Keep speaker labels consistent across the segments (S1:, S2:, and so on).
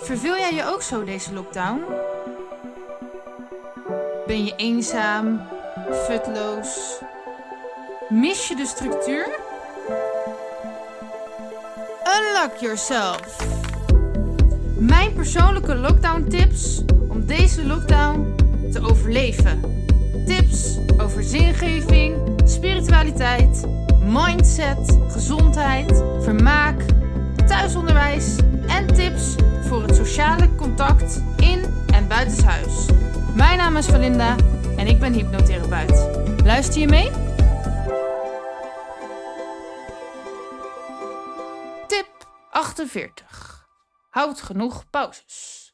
S1: Verveel jij je ook zo deze lockdown? Ben je eenzaam, futloos? Mis je de structuur? Unlock yourself! Mijn persoonlijke lockdown tips om deze lockdown te overleven. Tips over zingeving, spiritualiteit, mindset, gezondheid, vermaak, thuisonderwijs en tips voor het sociale contact in en buitenshuis. Mijn naam is Valinda en ik ben hypnotherapeut. Luister je mee? Tip 48. Houd genoeg pauzes.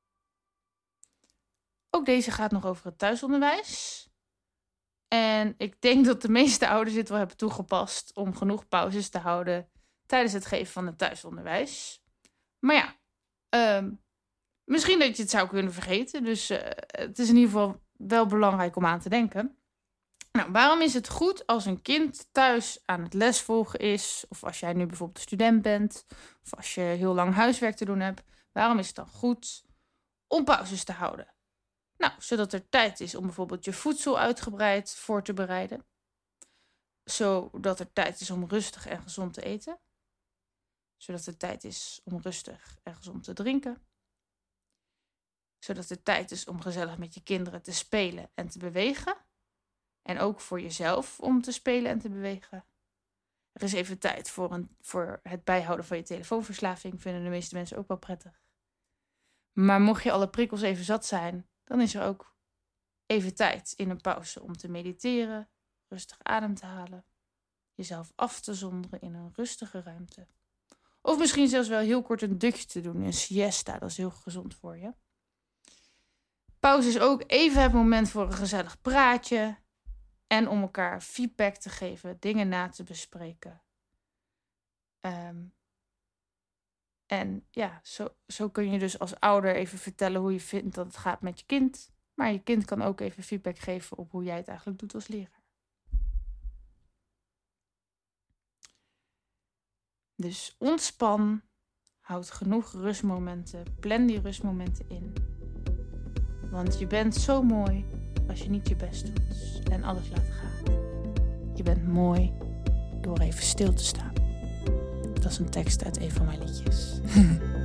S1: Ook deze gaat nog over het thuisonderwijs. En ik denk dat de meeste ouders dit wel hebben toegepast om genoeg pauzes te houden tijdens het geven van het thuisonderwijs. Maar ja, misschien dat je het zou kunnen vergeten. Dus het is in ieder geval wel belangrijk om aan te denken. Nou, waarom is het goed als een kind thuis aan het lesvolgen is? Of als jij nu bijvoorbeeld student bent. Of als je heel lang huiswerk te doen hebt. Waarom is het dan goed om pauzes te houden? Nou, zodat er tijd is om bijvoorbeeld je voedsel uitgebreid voor te bereiden. Zodat er tijd is om rustig en gezond te eten. Zodat er tijd is om rustig en gezond te drinken. Zodat er tijd is om gezellig met je kinderen te spelen en te bewegen. En ook voor jezelf om te spelen en te bewegen. Er is even tijd voor het bijhouden van je telefoonverslaving. Vinden de meeste mensen ook wel prettig. Maar mocht je alle prikkels even zat zijn, dan is er ook even tijd in een pauze om te mediteren, rustig adem te halen, jezelf af te zonderen in een rustige ruimte. Of misschien zelfs wel heel kort een dutje te doen, een siesta, dat is heel gezond voor je. Pauze is ook even het moment voor een gezellig praatje en om elkaar feedback te geven, dingen na te bespreken. En ja, zo kun je dus als ouder even vertellen hoe je vindt dat het gaat met je kind. Maar je kind kan ook even feedback geven op hoe jij het eigenlijk doet als leraar. Dus ontspan, houd genoeg rustmomenten, plan die rustmomenten in. Want je bent zo mooi als je niet je best doet en alles laat gaan. Je bent mooi door even stil te staan. Dat is een tekst uit een van mijn liedjes.